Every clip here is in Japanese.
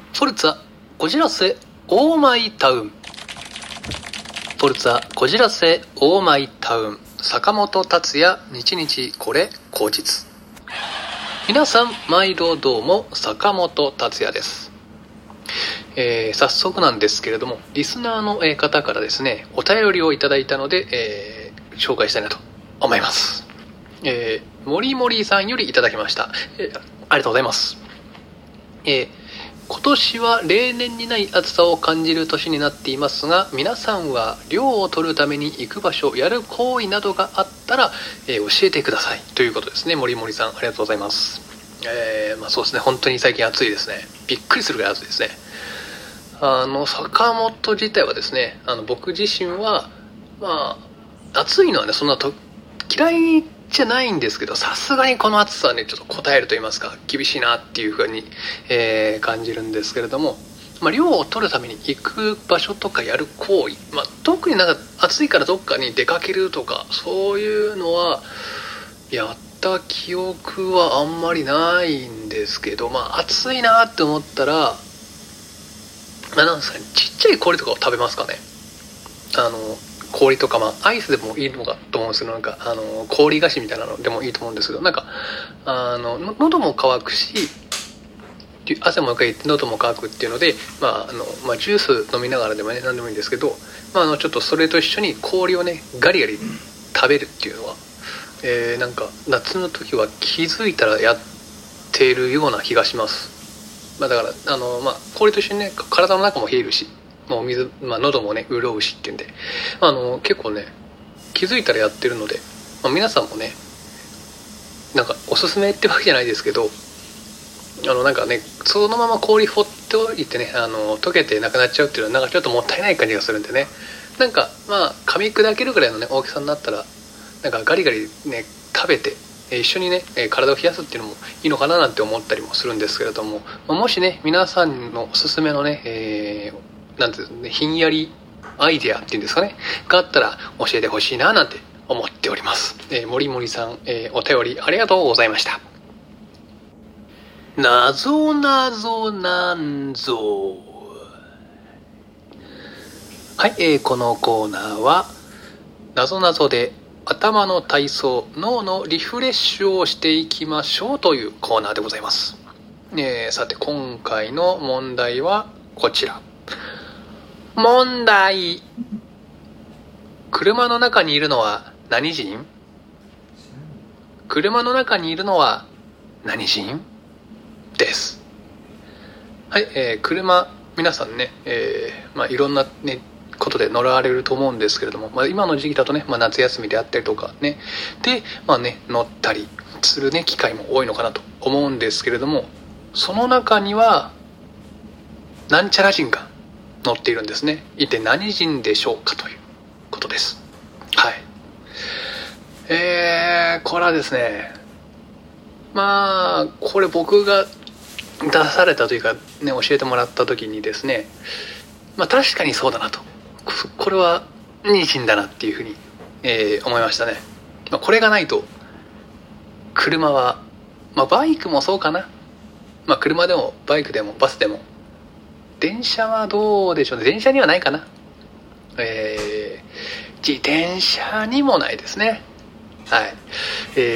フォルツァこじらせオーマイタウン。フォルツァこじらせオーマイタウン。坂本達也日々これ口実。皆さん毎度どうも、坂本達也です。早速なんですけれども、リスナーの方からですね、お便りをいただいたので、紹介したいなと思います。もりもりさんよりいただきました。ありがとうございます。今年は例年にない暑さを感じる年になっていますが、皆さんは涼を取るために行く場所、やる行為などがあったら、教えてくださいということですね。もりもりさん、ありがとうございます。そうですね、本当に最近暑いですね。びっくりするぐらい暑いですね。坂本自体はですね、僕自身は暑いのはね、そんな嫌いじゃないんですけど、さすがにこの暑さはね、ちょっと答えると言いますか、厳しいなっていう風に、感じるんですけれども、涼を取るために行く場所とかやる行為、特になんか暑いからどっかに出かけるとか、そういうのはやった記憶はあんまりないんですけど、暑いなって思ったら、なんですかね、ちっちゃい氷とかを食べますかね。氷とか、アイスでもいいのかと思うんですけど、なんか氷菓子みたいなのでもいいと思うんですけど、なんか喉も渇くし、汗もかいて喉も渇くっていうので、ジュース飲みながらでもね、何でもいいんですけど、ちょっとそれと一緒に氷をね、ガリガリ食べるっていうのは、なんか夏の時は気づいたらやっているような気がします。だから氷と一緒にね、体の中も冷えるし、もう水、喉もね潤うしっていうんで、結構ね気づいたらやってるので、皆さんもね、なんかおすすめってわけじゃないですけど、なんかね、そのまま氷放っておいてね、溶けてなくなっちゃうっていうのはなんかちょっともったいない感じがするんでね、なんか噛み砕けるぐらいのね大きさになったら、なんかガリガリね食べて、一緒にね体を冷やすっていうのもいいのかななんて思ったりもするんですけれども、もしね皆さんのおすすめのね、なんていうのね、ひんやりアイデアっていうんですかね、があったら教えてほしいななんて思っております。もりもりさん、お便りありがとうございました。なぞなぞなんぞ。はい、このコーナーはなぞなぞで頭の体操、脳のリフレッシュをしていきましょうというコーナーでございます。さて今回の問題はこちら。問題。車の中にいるのは何人？車の中にいるのは何人？です。はい、車、皆さんね、いろんなねことで乗られると思うんですけれども、今の時期だとね、夏休みであったりとかね、で乗ったりするね機会も多いのかなと思うんですけれども、その中にはなんちゃら人が乗っているんですね。一体何人でしょうかということです。はい。これはですね、これ僕が出されたというかね、教えてもらった時にですね、確かにそうだなと、これは人参だなっていうふうに、思いましたね。これがないと車は、バイクもそうかな、車でもバイクでもバスでも、電車はどうでしょうね。電車にはないかな。自転車にもないですね。はい。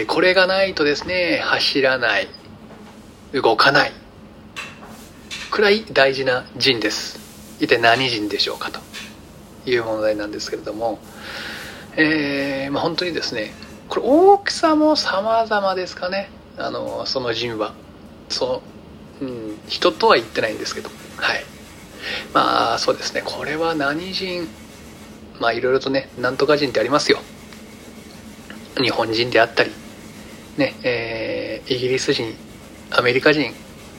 これがないとですね、走らない、動かないくらい大事な人です。一体何人でしょうかという問題なんですけれども、本当にですね、これ大きさも様々ですかね。その人は人とは言ってないんですけど、はい。そうですね、これは何人、いろいろとね、なんとか人ってありますよ。日本人であったりね、イギリス人、アメリカ人、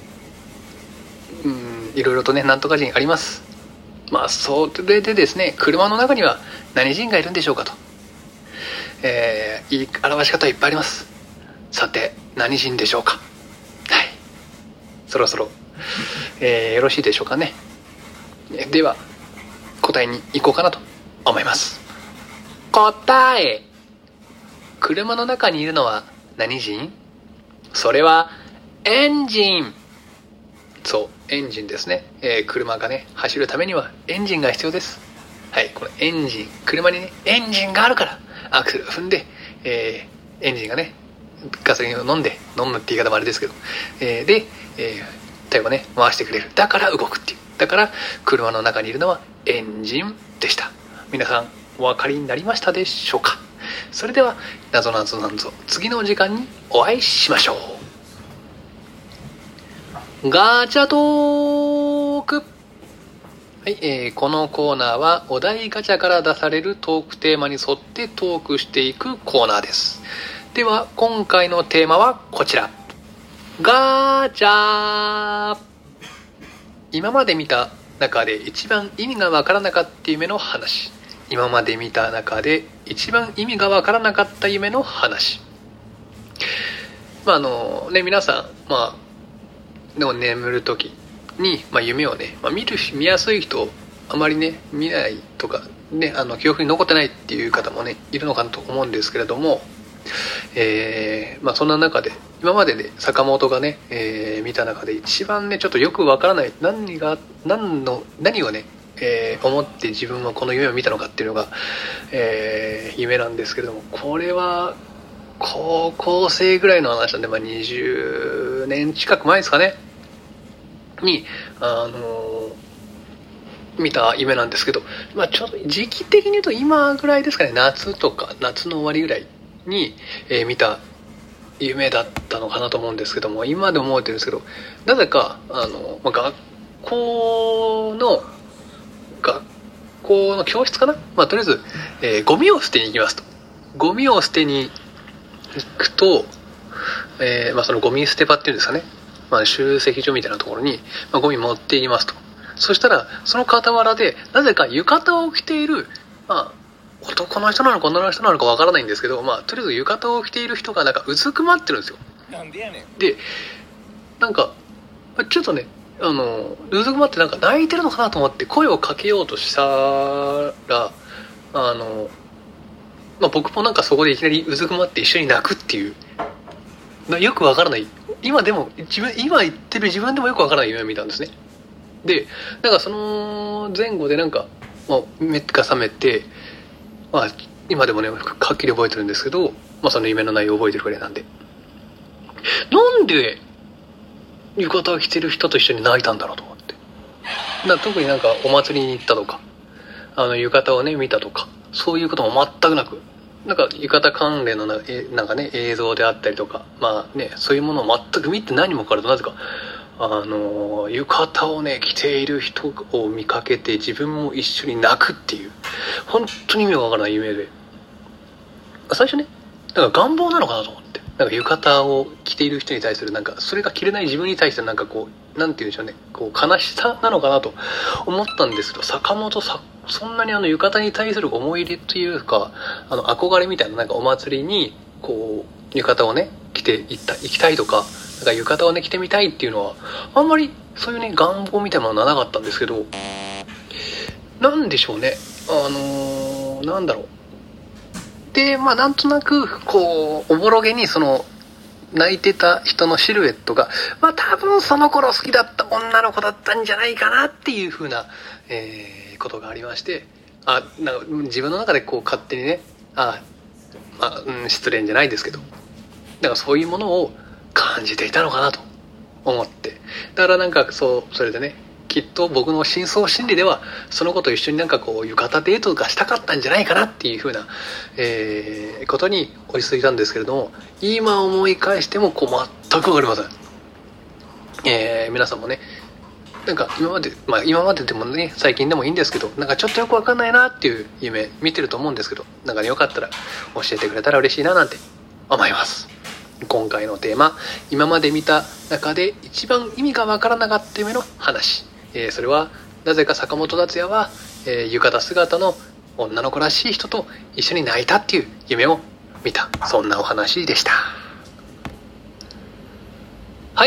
いろいろとね、なんとか人あります。それでですね、車の中には何人がいるんでしょうかと、言い表し方いっぱいあります。さて何人でしょうか。はい、そろそろ、よろしいでしょうかね。では答えに行こうかなと思います。答え。車の中にいるのは何人？それはエンジン。そう、 エンジンですね。車がね、走るためにはエンジンが必要です。はい、このエンジン、車にね、エンジンがあるから、アクセルを踏んで、エンジンがね、ガソリンを飲むって言い方もあれですけど、で、タイヤをね、回してくれる。だから動くっていう。だから、車の中にいるのはエンジンでした。皆さん、お分かりになりましたでしょうか？それでは、なぞなぞなんぞ、次の時間にお会いしましょう。ガチャトーク。はい、このコーナーはお題ガチャから出されるトークテーマに沿ってトークしていくコーナーです。では今回のテーマはこちら。ガチャ。今まで見た中で一番意味がわからなかった夢の話。今まで見た中で一番意味がわからなかった夢の話。皆さん、でも眠る時に、夢をね、見やすい人、あまりね、見ないとか、ね、記憶に残ってないっていう方もね、いるのかなと思うんですけれども、そんな中で、今までで坂本がね、見た中で一番ね、ちょっとよくわからない、何をね、思って自分はこの夢を見たのかっていうのが、夢なんですけれども、これは、高校生ぐらいの話なんで、20年近く前ですかね、に、見た夢なんですけど、ちょっと時期的に言うと今ぐらいですかね、夏の終わりぐらいに、見た夢だったのかなと思うんですけども、今でも覚えてるんですけど、なぜか、学校の教室かな、とりあえず、ゴミを捨てに行きますと。ゴミを捨てに行くと、そのゴミ捨て場っていうんですかね、集積所みたいなところに、ゴミ持っていきますと。そしたら、その傍らで、なぜか浴衣を着ている、男の人なのか女の人なのかわからないんですけど、とりあえず浴衣を着ている人がうずくまってるんですよ。なんでやねん。で、ちょっとね、うずくまって泣いてるのかなと思って声をかけようとしたら、僕もそこでいきなりうずくまって一緒に泣くっていう、よくわからない。今言ってる自分でもよくわからない夢を見たんですね。で、その前後で目が覚めて、今でもね、はっきり覚えてるんですけど、その夢の内容を覚えてるくらいなんで。なんで、浴衣を着てる人と一緒に泣いたんだろうと思って。特にお祭りに行ったとか、浴衣をね、見たとか、そういうことも全くなく、浴衣関連の映像であったりとか、そういうものを全く見て何もかかると、なぜか、浴衣をね、着ている人を見かけて自分も一緒に泣くっていう、本当に意味がわからない夢で、最初ね、願望なのかなと思って、浴衣を着ている人に対するそれが着れない自分に対してなんて言うんでしょうね、悲しさなのかなと思ったんですけど、坂本さん、そんなに浴衣に対する思い入れというか、憧れみたいなお祭りに、浴衣をね、着て行きたいとか、浴衣をね、着てみたいっていうのは、あんまりそういうね、願望みたいなものはなかったんですけど、なんでしょうね、なんだろう。で、なんとなく、おぼろげに泣いてた人のシルエットが、多分その頃好きだった女の子だったんじゃないかなっていう風な、ことがありまして、自分の中で勝手にね、失恋じゃないですけど、そういうものを感じていたのかなと思って、だからそれでね、きっと僕の深層心理ではその子と一緒に浴衣デートがしたかったんじゃないかなっていう風な、ことに落ち着いたんですけれども、今思い返しても全くわかりません。皆さんもね、今まででもね、最近でもいいんですけど、ちょっとよくわかんないなっていう夢見てると思うんですけど、よかったら教えてくれたら嬉しいななんて思います。今回のテーマ、今まで見た中で一番意味がわからなかった夢の話。それは、なぜか坂本達也は、浴衣姿の女の子らしい人と一緒に泣いたっていう夢を見た。そんなお話でした。はい、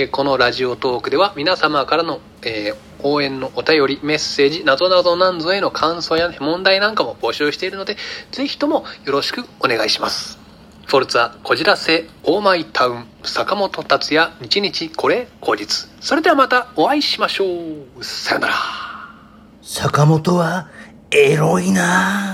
このラジオトークでは皆様からの、応援のお便り、メッセージ、なぞなぞなんぞへの感想や問題なんかも募集しているので、ぜひともよろしくお願いします。 フォルツァこじらせオーマイタウン坂本達也日々これ後日。それではまたお会いしましょう。さよなら。 坂本はエロいな。